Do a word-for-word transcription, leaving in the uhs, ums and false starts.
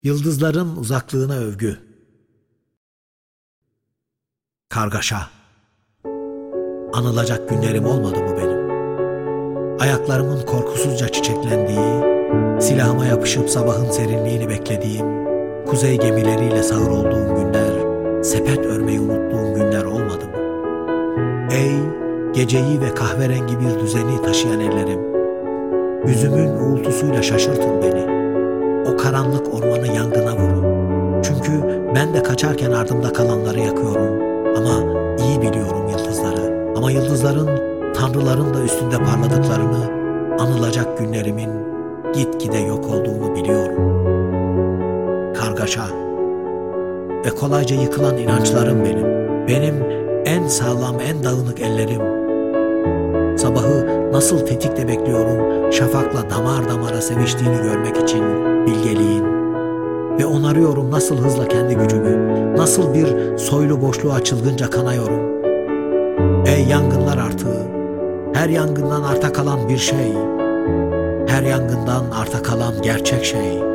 Yıldızların uzaklığına övgü. Kargaşa. Anılacak günlerim olmadı mı benim? Ayaklarımın korkusuzca çiçeklendiği, silahıma yapışıp sabahın serinliğini beklediğim, kuzey gemileriyle sağır olduğum günler, sepet örmeyi unuttuğum günler olmadı mı? Ey geceyi ve kahverengi bir düzeni taşıyan ellerim, yüzümün uğultusuyla şaşırtın beni. O karanlık ormanı yangına vurun. Çünkü ben de kaçarken ardımda kalanları yakıyorum. Ama iyi biliyorum yıldızları. Ama yıldızların, tanrıların da üstünde parladıklarını, anılacak günlerimin gitgide yok olduğunu biliyorum. Kargaşa ve kolayca yıkılan inançlarım benim. Benim en sağlam, en dağınık ellerim. Sabahı nasıl tetikte bekliyorum, şafakla damar damara seviştiğini görmek için bilgeliğin. Ve onarıyorum nasıl hızla kendi gücümü, nasıl bir soylu boşluğa çılgınca kanıyorum. Ey yangınlar artığı, her yangından arta kalan bir şey, her yangından arta kalan gerçek şey.